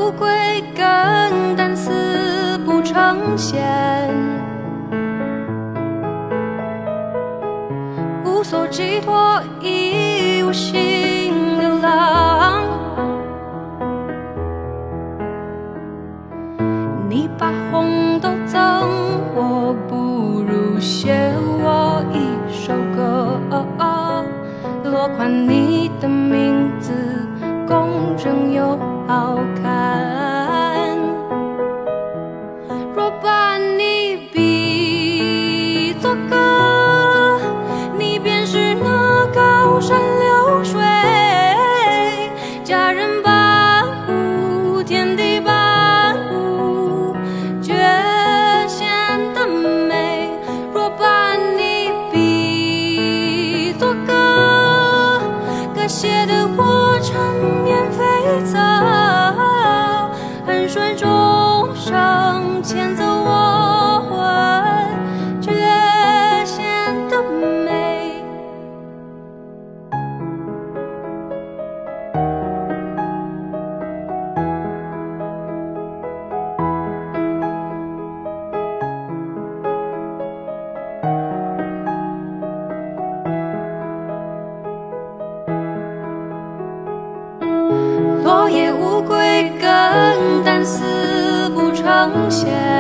乌龟更，但死不成仙。无所寄托，已无心流浪。你把红豆赠我，不如写我一首歌，落款你的名字，公正又好看。若把你比作歌，你便是那高山流水，佳人伴舞，天地伴舞，绝显的美。若把你比作歌，歌写的我缠绵悱恻，恨水中生牵走我魂，绝显的美。落叶乌龟更，但死不成仙。